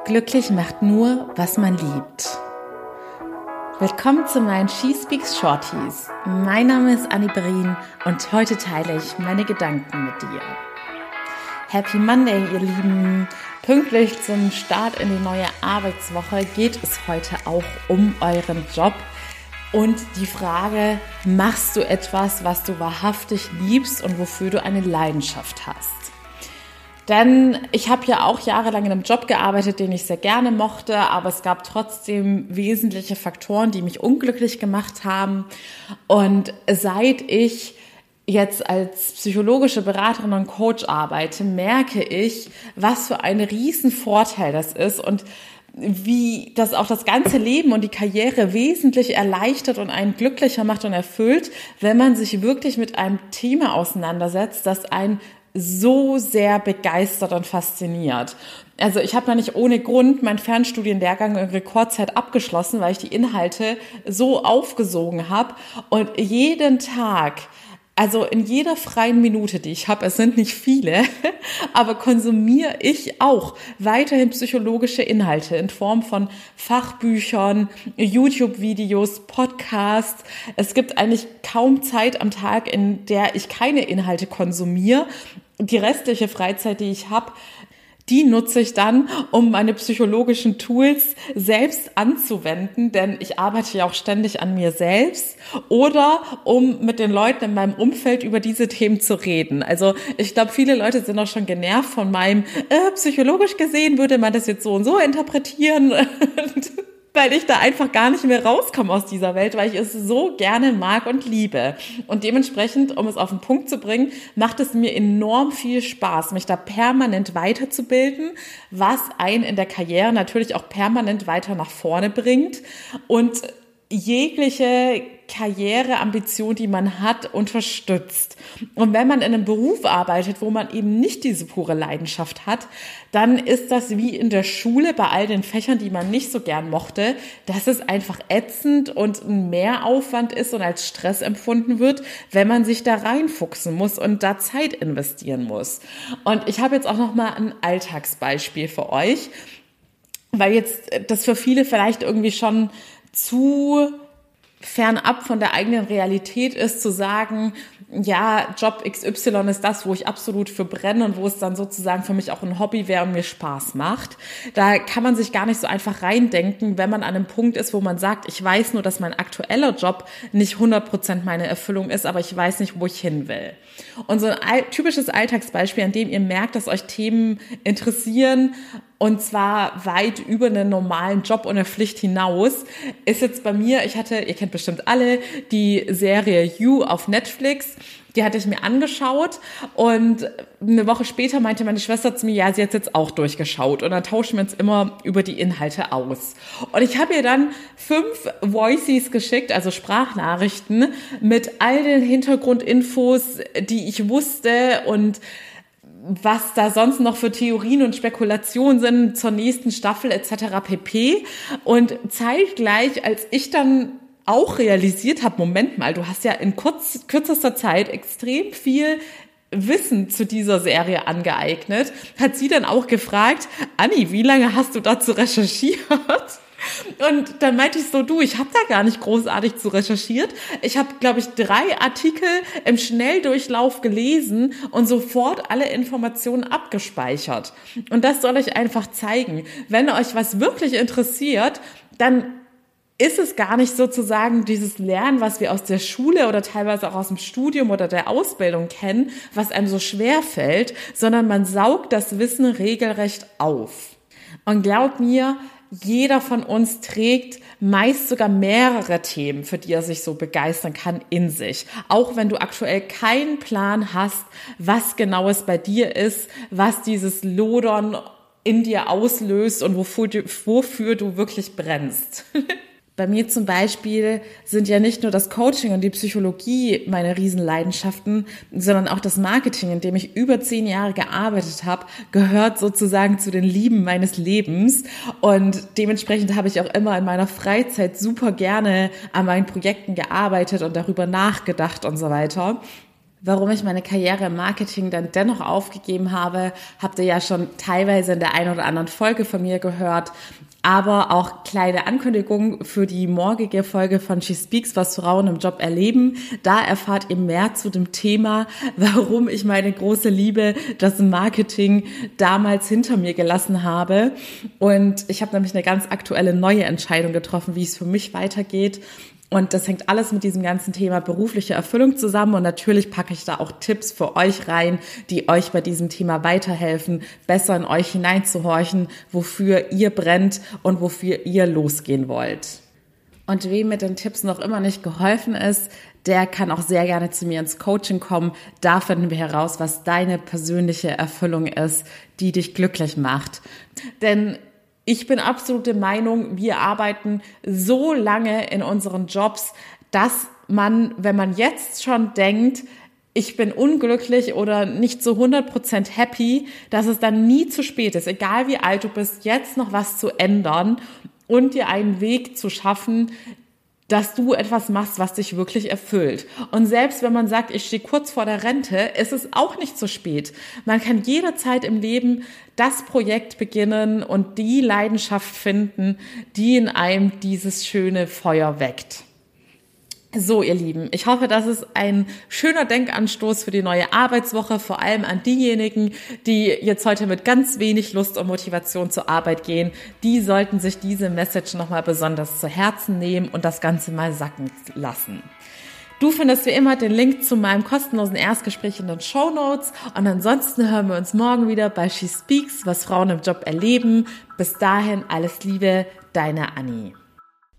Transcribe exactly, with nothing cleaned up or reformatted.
Glücklich macht nur, was man liebt. Willkommen zu meinen She Speaks Shorties. Mein Name ist Annie Berin und heute teile ich meine Gedanken mit dir. Happy Monday, ihr Lieben! Pünktlich zum Start in die neue Arbeitswoche geht es heute auch um euren Job und die Frage, machst du etwas, was du wahrhaftig liebst und wofür du eine Leidenschaft hast? Denn ich habe ja auch jahrelang in einem Job gearbeitet, den ich sehr gerne mochte, aber es gab trotzdem wesentliche Faktoren, die mich unglücklich gemacht haben. Und seit ich jetzt als psychologische Beraterin und Coach arbeite, merke ich, was für ein Riesenvorteil das ist und wie das auch das ganze Leben und die Karriere wesentlich erleichtert und einen glücklicher macht und erfüllt, wenn man sich wirklich mit einem Thema auseinandersetzt, das einen so sehr begeistert und fasziniert. Also ich habe da nicht ohne Grund meinen Fernstudienlehrgang in Rekordzeit abgeschlossen, weil ich die Inhalte so aufgesogen habe und jeden Tag, also in jeder freien Minute, die ich habe, es sind nicht viele, aber konsumiere ich auch weiterhin psychologische Inhalte in Form von Fachbüchern, YouTube-Videos, Podcasts. Es gibt eigentlich kaum Zeit am Tag, in der ich keine Inhalte konsumiere. Die restliche Freizeit, die ich habe, die nutze ich dann, um meine psychologischen Tools selbst anzuwenden, denn ich arbeite ja auch ständig an mir selbst, oder um mit den Leuten in meinem Umfeld über diese Themen zu reden. Also ich glaube, viele Leute sind auch schon genervt von meinem, äh, psychologisch gesehen würde man das jetzt so und so interpretieren, weil ich da einfach gar nicht mehr rauskomme aus dieser Welt, weil ich es so gerne mag und liebe. Und dementsprechend, um es auf den Punkt zu bringen, macht es mir enorm viel Spaß, mich da permanent weiterzubilden, was einen in der Karriere natürlich auch permanent weiter nach vorne bringt und jegliche Karriereambition, die man hat, unterstützt. Und wenn man in einem Beruf arbeitet, wo man eben nicht diese pure Leidenschaft hat, dann ist das wie in der Schule bei all den Fächern, die man nicht so gern mochte, dass es einfach ätzend und ein Mehraufwand ist und als Stress empfunden wird, wenn man sich da reinfuchsen muss und da Zeit investieren muss. Und ich habe jetzt auch noch mal ein Alltagsbeispiel für euch, weil jetzt das für viele vielleicht irgendwie schon zu fernab von der eigenen Realität ist, zu sagen, ja, Job X Y ist das, wo ich absolut für brenne und wo es dann sozusagen für mich auch ein Hobby wäre und mir Spaß macht. Da kann man sich gar nicht so einfach reindenken, wenn man an einem Punkt ist, wo man sagt, ich weiß nur, dass mein aktueller Job nicht hundert Prozent meine Erfüllung ist, aber ich weiß nicht, wo ich hin will. Und so ein typisches Alltagsbeispiel, an dem ihr merkt, dass euch Themen interessieren, und zwar weit über einen normalen Job und eine Pflicht hinaus, ist jetzt bei mir, ich hatte, ihr kennt bestimmt alle, die Serie You auf Netflix, die hatte ich mir angeschaut und eine Woche später meinte meine Schwester zu mir, ja, sie hat jetzt auch durchgeschaut und dann tauschen wir uns immer über die Inhalte aus. Und ich habe ihr dann fünf Voices geschickt, also Sprachnachrichten mit all den Hintergrundinfos, die ich wusste und was da sonst noch für Theorien und Spekulationen sind zur nächsten Staffel et cetera pp. Und zeitgleich, als ich dann auch realisiert habe, Moment mal, du hast ja in kurz, kürzester Zeit extrem viel Wissen zu dieser Serie angeeignet, hat sie dann auch gefragt, Anni, wie lange hast du dazu recherchiert? Und dann meinte ich so, du, ich habe da gar nicht großartig zu recherchiert. Ich habe, glaube ich, drei Artikel im Schnelldurchlauf gelesen und sofort alle Informationen abgespeichert. Und das soll euch einfach zeigen. Wenn euch was wirklich interessiert, dann ist es gar nicht sozusagen dieses Lernen, was wir aus der Schule oder teilweise auch aus dem Studium oder der Ausbildung kennen, was einem so schwer fällt, sondern man saugt das Wissen regelrecht auf. Und glaubt mir, jeder von uns trägt meist sogar mehrere Themen, für die er sich so begeistern kann, in sich. Auch wenn du aktuell keinen Plan hast, was genau es bei dir ist, was dieses Lodern in dir auslöst und wofür du, wofür du wirklich brennst. Bei mir zum Beispiel sind ja nicht nur das Coaching und die Psychologie meine Riesenleidenschaften, sondern auch das Marketing, in dem ich über zehn Jahre gearbeitet habe, gehört sozusagen zu den Lieben meines Lebens. Und dementsprechend habe ich auch immer in meiner Freizeit super gerne an meinen Projekten gearbeitet und darüber nachgedacht und so weiter. Warum ich meine Karriere im Marketing dann dennoch aufgegeben habe, habt ihr ja schon teilweise in der einen oder anderen Folge von mir gehört. Aber auch kleine Ankündigungen für die morgige Folge von She Speaks, was Frauen im Job erleben. Da erfahrt ihr mehr zu dem Thema, warum ich meine große Liebe, das Marketing, damals hinter mir gelassen habe. Und ich habe nämlich eine ganz aktuelle neue Entscheidung getroffen, wie es für mich weitergeht. Und das hängt alles mit diesem ganzen Thema berufliche Erfüllung zusammen. Und natürlich packe ich da auch Tipps für euch rein, die euch bei diesem Thema weiterhelfen, besser in euch hineinzuhorchen, wofür ihr brennt und wofür ihr losgehen wollt. Und wem mit den Tipps noch immer nicht geholfen ist, der kann auch sehr gerne zu mir ins Coaching kommen. Da finden wir heraus, was deine persönliche Erfüllung ist, die dich glücklich macht. Denn ich bin absolut der Meinung, wir arbeiten so lange in unseren Jobs, dass man, wenn man jetzt schon denkt, ich bin unglücklich oder nicht so hundert Prozent happy, dass es dann nie zu spät ist, egal wie alt du bist, jetzt noch was zu ändern und dir einen Weg zu schaffen, dass du etwas machst, was dich wirklich erfüllt. Und selbst wenn man sagt, ich stehe kurz vor der Rente, ist es auch nicht zu spät. Man kann jederzeit im Leben das Projekt beginnen und die Leidenschaft finden, die in einem dieses schöne Feuer weckt. So, ihr Lieben, ich hoffe, das ist ein schöner Denkanstoß für die neue Arbeitswoche, vor allem an diejenigen, die jetzt heute mit ganz wenig Lust und Motivation zur Arbeit gehen. Die sollten sich diese Message nochmal besonders zu Herzen nehmen und das Ganze mal sacken lassen. Du findest wie immer den Link zu meinem kostenlosen Erstgespräch in den Shownotes und ansonsten hören wir uns morgen wieder bei She Speaks, was Frauen im Job erleben. Bis dahin alles Liebe, deine Anni.